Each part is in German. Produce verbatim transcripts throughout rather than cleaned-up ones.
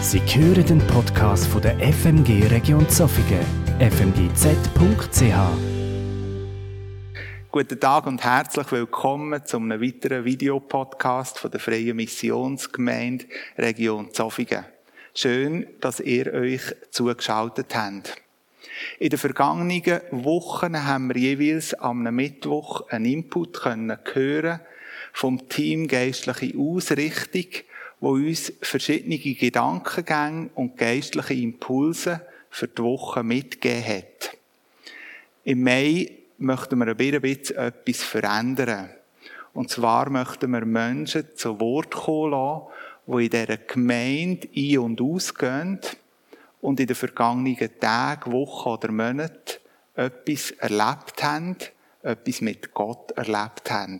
Sie hören den Podcast von der F M G Region Zofingen, f m g z punkt c h. Guten Tag und herzlich willkommen zu einem weiteren Videopodcast von der Freien Missionsgemeinde Region Zofingen. Schön, dass ihr euch zugeschaltet habt. In den vergangenen Wochen haben wir jeweils am Mittwoch einen Input können hören vom Team Geistliche Ausrichtung, wo uns verschiedene Gedankengänge und geistliche Impulse für die Woche mitgegeben hat. Im Mai möchten wir ein bisschen etwas verändern. Und zwar möchten wir Menschen zu Wort kommen lassen, die in dieser Gemeinde ein- und ausgehen und in den vergangenen Tagen, Wochen oder Monaten etwas erlebt haben, etwas mit Gott erlebt haben.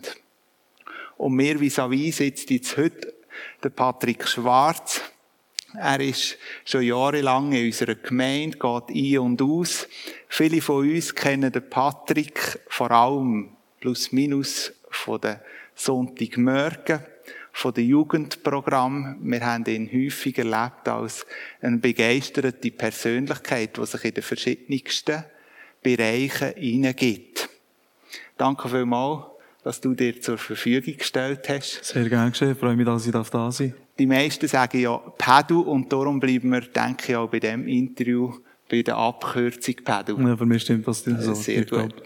Und mir vis-à-vis sitzt jetzt heute der Patrick Schwarz. Er ist schon jahrelang in unserer Gemeinde, geht ein und aus. Viele von uns kennen den Patrick vor allem plus minus von den Sonntagmorgen, von den Jugendprogrammen. Wir haben ihn häufig erlebt als eine begeisterte Persönlichkeit, die sich in den verschiedensten Bereichen hineingibt. Danke vielmals, dass du dir zur Verfügung gestellt hast. Sehr gerne geschehen. Ich freue mich, dass ich da sein darf. Die meisten sagen ja Pädu und darum bleiben wir, denke ich, auch bei diesem Interview bei der Abkürzung Pädu. Ja, für mich stimmt das so. Sehr gut.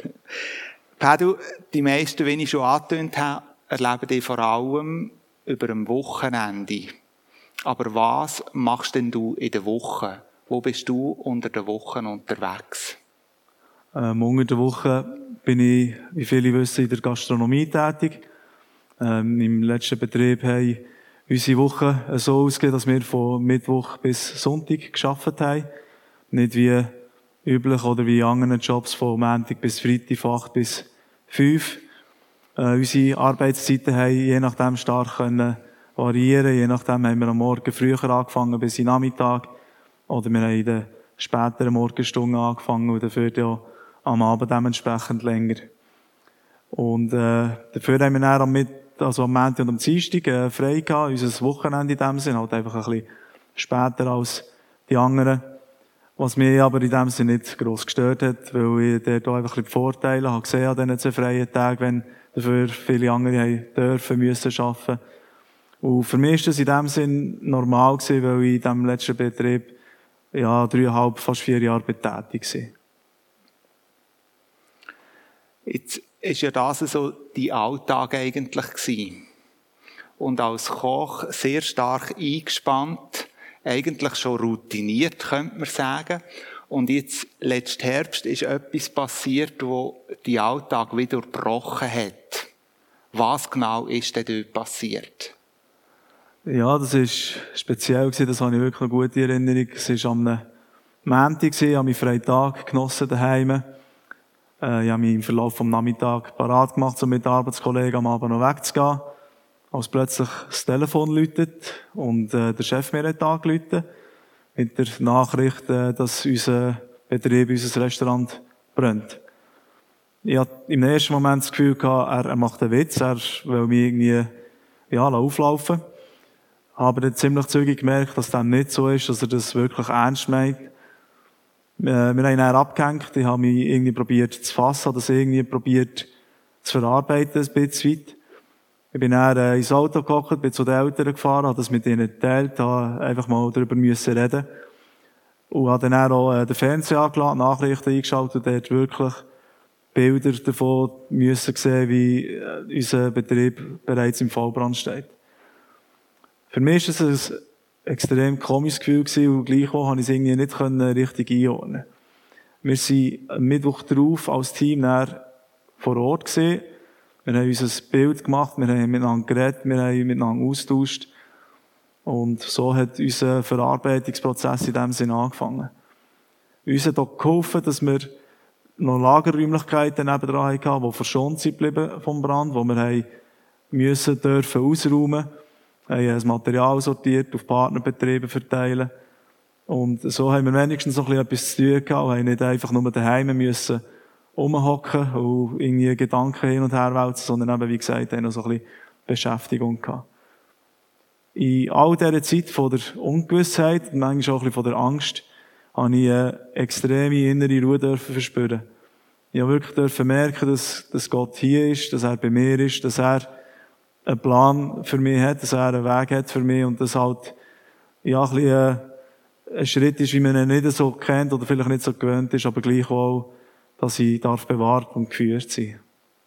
Pädu, die meisten, wie ich schon angetönt habe, erleben die vor allem über ein Wochenende. Aber was machst denn du in der Woche? Wo bist du unter der Woche unterwegs? Ähm, unter der Woche bin ich, wie viele wissen, in der Gastronomie tätig. Ähm, Im letzten Betrieb haben unsere Woche so ausgesehen, dass wir von Mittwoch bis Sonntag gearbeitet haben. Nicht wie üblich oder wie in anderen Jobs von Montag bis Freitag, von acht bis fünf. Äh, unsere Arbeitszeiten haben je nachdem stark können variieren. Je nachdem haben wir am Morgen früher angefangen bis in den Nachmittag. Oder wir haben in den späteren Morgenstunden angefangen und dafür ja am Abend dementsprechend länger. Und äh, dafür haben wir dann am, Mit- also am Montag und am Dienstag äh, frei gehabt, unser Wochenende in dem Sinne, halt einfach ein bisschen später als die anderen. Was mich aber in dem Sinne nicht gross gestört hat, weil ich dort auch einfach ein bisschen die Vorteile habe gesehen an diesen zwei freien Tagen, wenn dafür viele andere haben dürfen, müssen arbeiten. Und für mich war das in dem Sinne normal gewesen, weil ich in diesem letzten Betrieb ja dreieinhalb, fast vier Jahre tätig war. Jetzt ist ja das so dein Alltag eigentlich gewesen. Und als Koch sehr stark eingespannt, eigentlich schon routiniert, könnte man sagen. Und jetzt, letzten Herbst, ist etwas passiert, wo die Alltag wieder gebrochen hat. Was genau ist denn dort passiert? Ja, das war speziell gewesen, das habe ich wirklich eine gute Erinnerung. Es war am Montag, ich habe meinen freien Tag genossen daheim. Äh, ich habe mich im Verlauf des Nachmittags parat gemacht, um mit den Arbeitskollegen am Abend noch wegzugehen. Als plötzlich das Telefon läutet und äh, der Chef mir hat angerufen mit der Nachricht, äh, dass unser Betrieb, unser Restaurant brennt. Ich hatte im ersten Moment das Gefühl gehabt, er, er macht einen Witz, er will mich irgendwie ja, auflaufen. Habe dann ziemlich zügig gemerkt, dass das nicht so ist, dass er das wirklich ernst meint. Wir haben ihn abgehängt. Ich habe mich irgendwie probiert zu fassen, das irgendwie probiert zu verarbeiten, ein bisschen weit. Ich bin dann ins Auto gehockt, bin zu den Eltern gefahren, habe das mit ihnen geteilt, habe einfach mal darüber müssen reden. Und habe dann auch den Fernseher angelassen, Nachrichten eingeschaltet und dort wirklich Bilder davon müssen sehen, wie unser Betrieb bereits im Vollbrand steht. Für mich war es ein extrem komisches Gefühl gewesen, und gleichwohl konnte ich es irgendwie nicht richtig einordnen. Wir sind am Mittwoch drauf als Team vor Ort gewesen. Wir haben unser Bild gemacht, wir haben miteinander geredet, wir haben miteinander austauscht. Und so hat unser Verarbeitungsprozess in dem Sinne angefangen. Uns hat auch geholfen, dass wir noch Lagerräumlichkeiten nebendran hatten, die verschont sind geblieben vom Brand, wo wir haben müssen, dürfen ausräumen. Wir haben das Material sortiert, auf Partnerbetriebe verteilen. Und so haben wir wenigstens noch ein bisschen etwas zu tun gehabt und haben nicht einfach nur daheim müssen rumhocken und irgendwie Gedanken hin und her wälzen, sondern eben, wie gesagt, haben noch so ein bisschen Beschäftigung gehabt. in all dieser Zeit von der Ungewissheit und manchmal auch ein bisschen von der Angst habe ich eine extreme innere Ruhe dürfen verspüren. Ich habe wirklich dürfen merken, dass, dass Gott hier ist, dass er bei mir ist, dass er einen Plan für mich hat, dass er einen Weg hat für mich und dass halt ja, ein bisschen ein Schritt ist, wie man ihn nicht so kennt oder vielleicht nicht so gewöhnt ist, aber gleichwohl, dass ich darf bewahrt und geführt sein.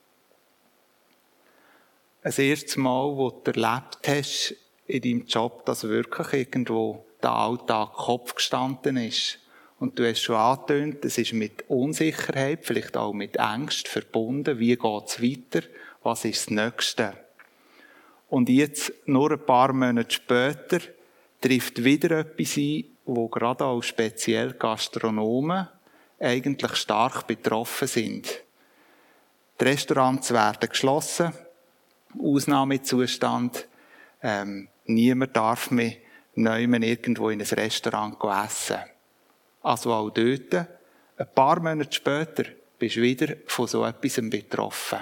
Das erste Mal, wo du erlebt hast in deinem Job, dass wirklich irgendwo der Alltag Kopf gestanden ist. Und du hast schon angetönt, es ist mit Unsicherheit, vielleicht auch mit Angst verbunden. Wie geht es weiter? Was ist das Nächste? Und jetzt, nur ein paar Monate später, trifft wieder etwas ein, wo gerade auch speziell Gastronomen eigentlich stark betroffen sind. Die Restaurants werden geschlossen, Ausnahmezustand, ähm, niemand darf mehr neu irgendwo in ein Restaurant essen. Also auch dort, ein paar Monate später, bist du wieder von so etwas betroffen.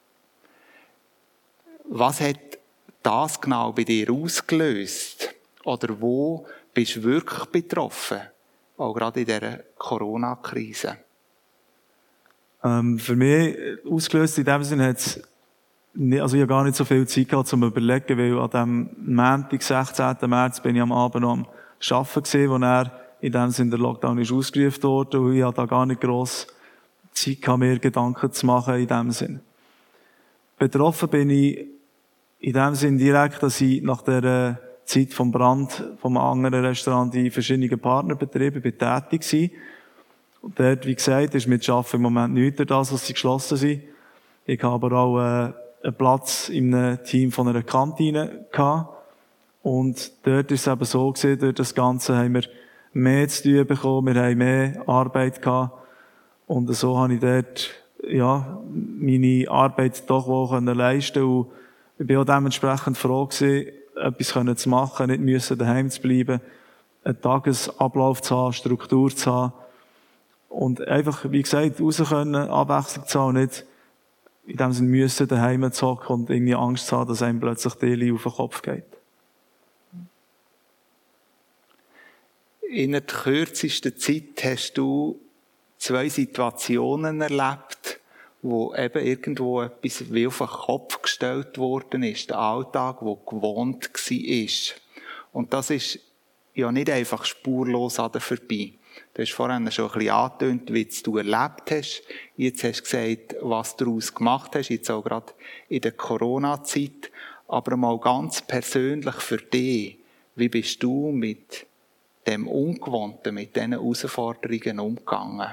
Was hat das genau bei dir ausgelöst? Oder wo bist du wirklich betroffen? Auch gerade in dieser Corona-Krise. Ähm, für mich ausgelöst in dem Sinne hat es, also ich habe gar nicht so viel Zeit gehabt, um zu überlegen, weil an dem Montag, sechzehnten März, bin ich am Abend noch am Arbeiten gewesen, wo er in dem Sinne der Lockdown ist ausgerufen worden und ich hatte da gar nicht gross Zeit gehabt, mir Gedanken zu machen in dem Sinne. Betroffen bin ich in dem Sinne direkt, dass ich nach der Zeit vom Brand vom anderen Restaurant in verschiedenen Partnerbetrieben tätig war. Und dort, wie gesagt, ist mit Arbeiten im Moment nichts durch das, was sie geschlossen sind. Ich habe aber auch äh, einen Platz in einem Team von einer Kantine gehabt. Und dort ist es eben so gewesen, durch das Ganze haben wir mehr zu tun bekommen, wir haben mehr Arbeit gehabt. Und so habe ich dort, ja, meine Arbeit doch auch leisten können. Und ich bin auch dementsprechend froh gewesen, etwas zu machen, nicht müssen daheim zu bleiben, einen Tagesablauf zu haben, Struktur zu haben. Und einfach, wie gesagt, raus können, Abwechslung zu haben, nicht in dem Sinne müssen daheim zu hocken und irgendwie Angst zu haben, dass einem plötzlich die Deli auf den Kopf geht. In der kürzesten Zeit hast du zwei Situationen erlebt, wo eben irgendwo etwas wie auf den Kopf gestellt worden ist. Der Alltag, der gewohnt war. Und das ist ja nicht einfach spurlos an dir vorbei. Du hast vorhin schon ein bisschen angetönt, wie du erlebt hast. Jetzt hast du gesagt, was du daraus gemacht hast, jetzt auch gerade in der Corona-Zeit. Aber mal ganz persönlich für dich, wie bist du mit dem Ungewohnten, mit diesen Herausforderungen umgegangen?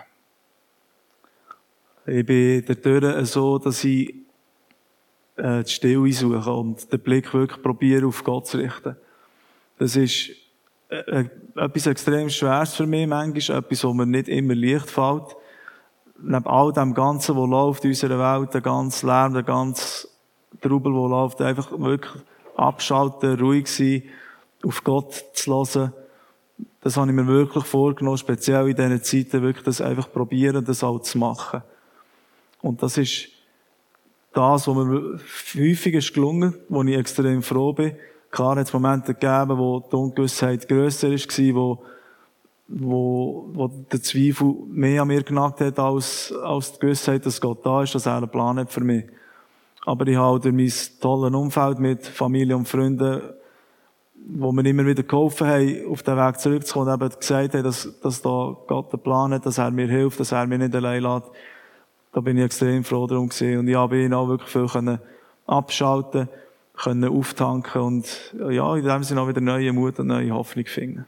Ich bin dadurch so, dass ich äh, die Stille suche und den Blick wirklich probiere, auf Gott zu richten. Das ist äh, etwas extrem Schweres für mich manchmal, etwas, wo mir nicht immer leicht fällt. Neben all dem Ganzen, was läuft in unserer Welt, der ganze Lärm, der ganze Trubel, der läuft, einfach wirklich abschalten, ruhig sein, auf Gott zu hören. Das habe ich mir wirklich vorgenommen, speziell in diesen Zeiten, wirklich das einfach probieren, das auch zu machen. Und das ist das, was mir häufig ist gelungen, wo ich extrem froh bin. Klar hat es Momente gegeben, wo die Ungewissheit grösser war, wo, wo, wo der Zweifel mehr an mir genagt hat, als, als die Gewissheit, dass Gott da ist, dass er einen Plan hat für mich. Aber ich habe durch mein tolles Umfeld mit Familie und Freunden, wo mir immer wieder geholfen haben, auf den Weg zurückzukommen, und eben gesagt haben, dass, dass da Gott einen Plan hat, dass er mir hilft, dass er mich nicht allein lässt. Da bin ich extrem froh darum gewesen. Und ich habe ihn auch wirklich viel können abschalten, können auftanken und, ja, in dem Sinne auch wieder neue Mut und neue Hoffnung finden.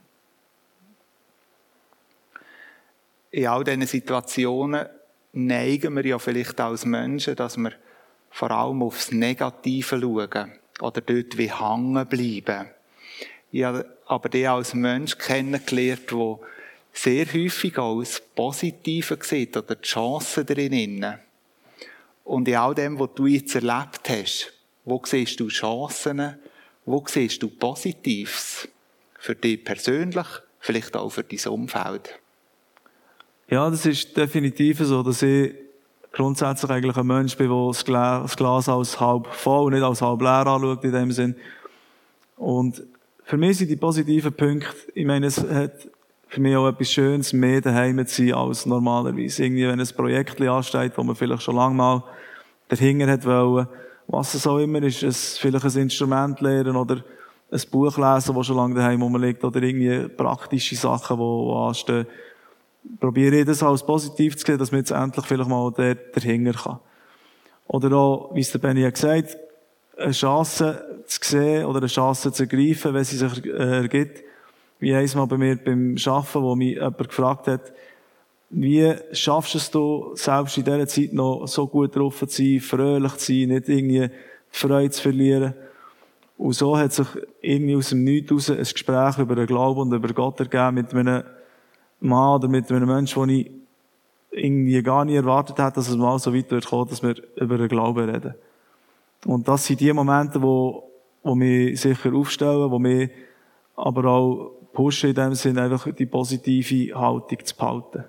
In all diesen Situationen neigen wir ja vielleicht als Menschen, dass wir vor allem aufs Negative schauen oder dort wie hängen bleiben. Ich habe aber die als Mensch kennengelernt, der sehr häufig auch das Positive sieht oder die Chancen drin. Und in all dem, was du jetzt erlebt hast, wo siehst du Chancen, wo siehst du Positives? Für dich persönlich, vielleicht auch für dein Umfeld. Ja, das ist definitiv so, dass ich grundsätzlich eigentlich ein Mensch bin, der das Glas als halb voll und nicht als halb leer anschaut in dem Sinn. Und für mich sind die positiven Punkte, ich meine, es hat für mich auch etwas Schönes, mehr daheim zu sein als normalerweise. Irgendwie, wenn ein Projekt ansteht, wo man vielleicht schon lange mal dahinter hat wollen, was es auch immer ist, es vielleicht ein Instrument lernen oder ein Buch lesen, das schon lange daheim rumliegt, oder irgendwie praktische Sachen, die, die anstehen. Probiere ich das als positiv zu sehen, dass man jetzt endlich vielleicht mal dort dahinter kann. Oder auch, wie es der Benny hat gesagt, eine Chance zu sehen oder eine Chance zu ergreifen, wenn sie sich ergibt. Wie einmal bei mir beim Arbeiten, wo mich jemand gefragt hat, wie schaffst du es du, selbst in dieser Zeit noch so gut drauf zu sein, fröhlich zu sein, nicht irgendwie die Freude zu verlieren. Und so hat sich irgendwie aus dem Nichts heraus ein Gespräch über den Glauben und über Gott ergeben mit einem Mann oder mit einem Menschen, den ich irgendwie gar nicht erwartet hätte, dass es mal so weit wird kommen, dass wir über den Glauben reden. Und das sind die Momente, wo, wo mich sicher aufstellen, wo mich aber auch pushen, in dem Sinne einfach die positive Haltung zu behalten.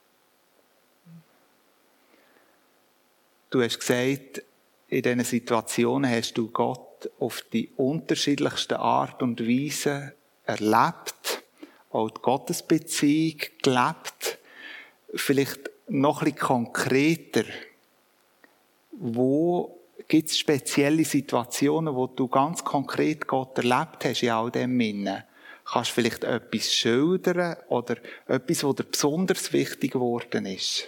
Du hast gesagt, in diesen Situationen hast du Gott auf die unterschiedlichste Art und Weise erlebt, auch die Gottesbeziehung gelebt. Vielleicht noch ein bisschen konkreter. Wo gibt es spezielle Situationen, wo du ganz konkret Gott erlebt hast in all dem Innen? Kannst du vielleicht etwas schildern oder etwas, was dir besonders wichtig geworden ist?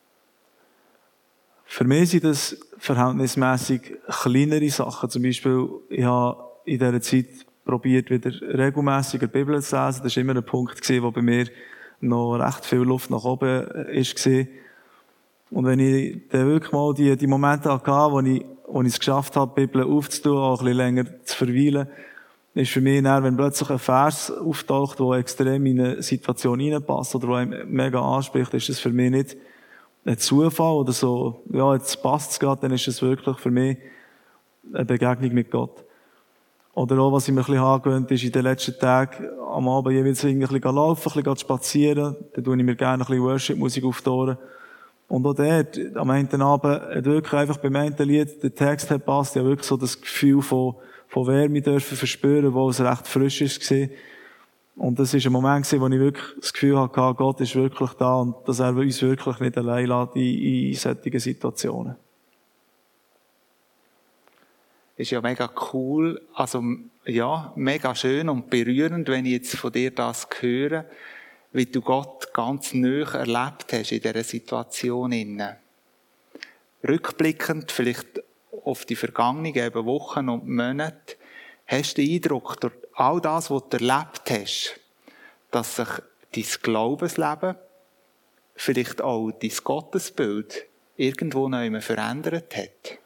Für mich sind das verhältnismäßig kleinere Sachen. Zum Beispiel, ich habe in dieser Zeit probiert, wieder regelmässig die Bibel zu lesen. Das war immer ein Punkt, der bei mir noch recht viel Luft nach oben war. Und wenn ich dann wirklich mal die, die Momente hatte, wo ich, wo ich es geschafft habe, die Bibel aufzutun, auch ein bisschen länger zu verweilen, ist für mich dann, wenn plötzlich ein Vers auftaucht, der extrem in eine Situation hineinpasst oder der einem mega anspricht, ist das für mich nicht ein Zufall oder so, ja, jetzt passt es gerade, dann ist es wirklich für mich eine Begegnung mit Gott. Oder auch, was ich mir ein bisschen angewöhnt ist, in den letzten Tagen am Abend jeweils ein bisschen laufen, ein bisschen spazieren, dann tue ich mir gerne ein bisschen Worship-Musik auftören. Und auch dort, am einen Abend, hat wirklich einfach beim einen Lied, der Text hat passt, ja wirklich so das Gefühl von, von Wärme dürfen verspüren, wo es recht frisch war. Und das war ein Moment, wo ich wirklich das Gefühl hatte, Gott ist wirklich da und dass er uns wirklich nicht allein lässt in, in solchen Situationen. Ist ja mega cool, also ja, mega schön und berührend, wenn ich jetzt von dir das höre, wie du Gott ganz nahe erlebt hast in dieser Situation. Rückblickend, vielleicht auf die vergangenen eben Wochen und Monate, hast du den Eindruck, durch all das, was du erlebt hast, dass sich dein Glaubensleben, vielleicht auch dein Gottesbild, irgendwo noch verändert hat?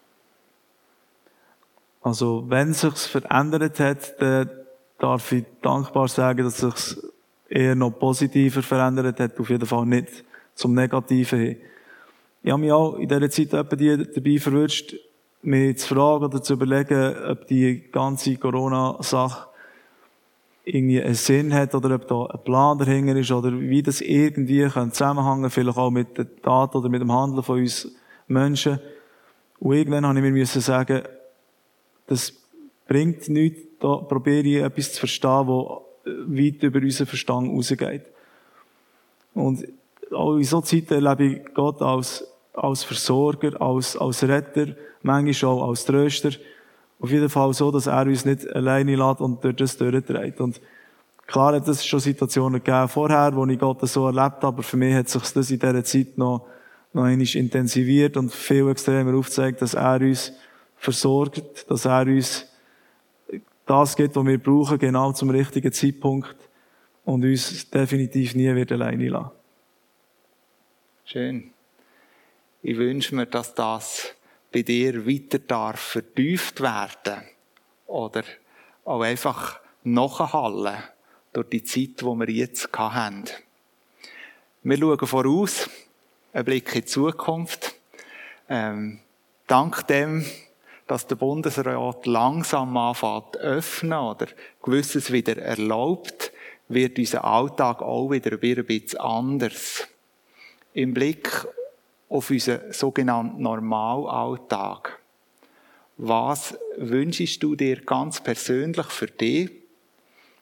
Also, wenn es sich verändert hat, dann darf ich dankbar sagen, dass es sich eher noch positiver verändert hat, auf jeden Fall nicht zum Negativen hin. Ich habe mich auch in dieser Zeit dabei verwünscht, mich zu fragen oder zu überlegen, ob die ganze Corona-Sache irgendwie einen Sinn hat oder ob da ein Plan dahinter ist oder wie das irgendwie zusammenhängen kann, vielleicht auch mit der Tat oder mit dem Handeln von uns Menschen. Und irgendwann habe ich mir sagen, das bringt nichts, da probiere ich etwas zu verstehen, das weit über unseren Verstand rausgeht. Und auch in solchen Zeiten erlebe ich Gott als, als Versorger, als, als Retter, manchmal auch als Tröster. Auf jeden Fall so, dass er uns nicht alleine lässt und durch das durchträgt. Und klar hat es schon Situationen gegeben vorher, wo ich Gott so erlebt habe, aber für mich hat sich das in dieser Zeit noch, noch einmal intensiviert und viel extremer aufgezeigt, dass er uns versorgt, dass er uns das gibt, was wir brauchen, genau zum richtigen Zeitpunkt und uns definitiv nie wird alleine lassen. Schön. Ich wünsche mir, dass das bei dir weiter darf vertieft werden oder auch einfach nachhallen durch die Zeit, die wir jetzt haben. Wir schauen voraus, einen Blick in die Zukunft. Ähm, dank dem, dass der Bundesrat langsam anfängt zu öffnen oder Gewisses wieder erlaubt, wird unser Alltag auch wieder ein bisschen anders. Im Blick auf unseren sogenannten Normalalltag. Was wünschst du dir ganz persönlich für dich?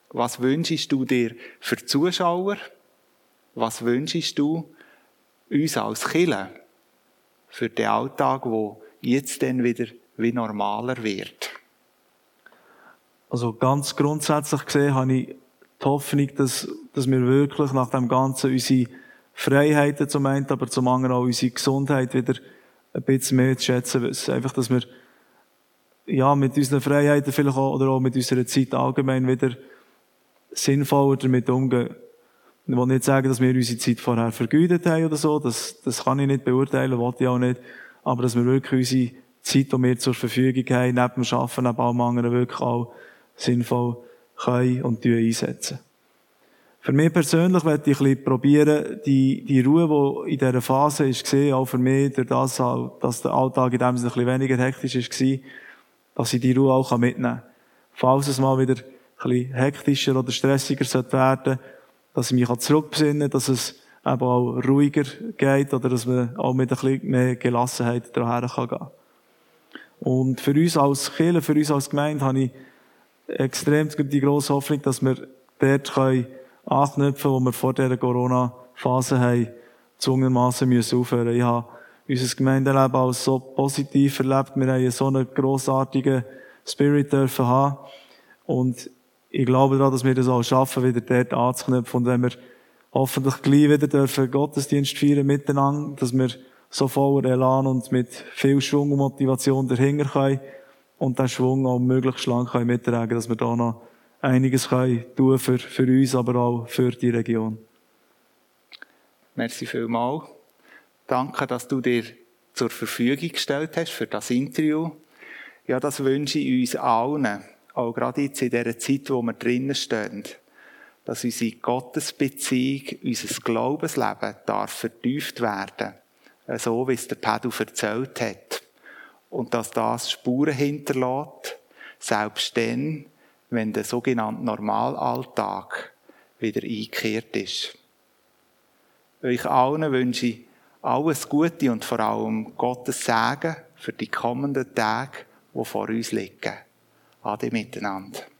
Was wünschst du dir für die Zuschauer? Was wünschst du uns als Kirche für den Alltag, der jetzt dann wieder wie normaler wird? Also ganz grundsätzlich gesehen habe ich die Hoffnung, dass, dass wir wirklich nach dem Ganzen unsere Freiheiten zum einen, aber zum anderen auch unsere Gesundheit wieder ein bisschen mehr zu schätzen wissen. Einfach, dass wir ja, mit unseren Freiheiten vielleicht auch, oder auch mit unserer Zeit allgemein wieder sinnvoller damit umgehen. Ich will nicht sagen, dass wir unsere Zeit vorher vergeudet haben oder so. Das, das kann ich nicht beurteilen, wollte ich auch nicht. Aber dass wir wirklich unsere Zeit, die wir zur Verfügung haben, neben dem Arbeiten, neben allem anderen, wirklich auch sinnvoll können und einsetzen. Für mich persönlich möchte ich ein bisschen probieren, die, die Ruhe, die in dieser Phase war, auch für mich, durch das, dass der Alltag in dem Sinne ein bisschen weniger hektisch war, dass ich die Ruhe auch mitnehmen kann. Falls es mal wieder ein bisschen hektischer oder stressiger werden sollte, dass ich mich zurückbesinnen kann, dass es eben auch ruhiger geht oder dass man auch mit ein bisschen mehr Gelassenheit daher gehen kann. Und für uns als Kirche, für uns als Gemeinde habe ich extrem die grosse Hoffnung, dass wir dort können anknüpfen, wo wir vor dieser Corona-Phase haben, zwungenermassen müssen aufhören. Ich habe unser Gemeindeleben als so positiv erlebt. Wir haben so einen grossartigen Spirit dürfen haben. Und ich glaube daran, dass wir das auch schaffen, wieder dort anzuknüpfen. Und wenn wir hoffentlich gleich wieder dürfen Gottesdienst feiern miteinander, dass wir so voller Elan und mit viel Schwung und Motivation dahinter können und den Schwung auch möglichst lang können mittragen, dass wir da noch einiges können tun für, für uns, aber auch für die Region. Merci vielmals. Danke, dass du dir zur Verfügung gestellt hast für das Interview. Ja, das wünsche ich uns allen, auch gerade jetzt in dieser Zeit, wo wir drinnen stehen, dass unsere Gottesbeziehung, unser Glaubensleben darf vertieft werden, so wie es der Pedro erzählt hat. Und dass das Spuren hinterlässt, selbst dann, wenn der sogenannte Normalalltag wieder eingekehrt ist. Euch allen wünsche ich alles Gute und vor allem Gottes Segen für die kommenden Tage, die vor uns liegen. Ade miteinander.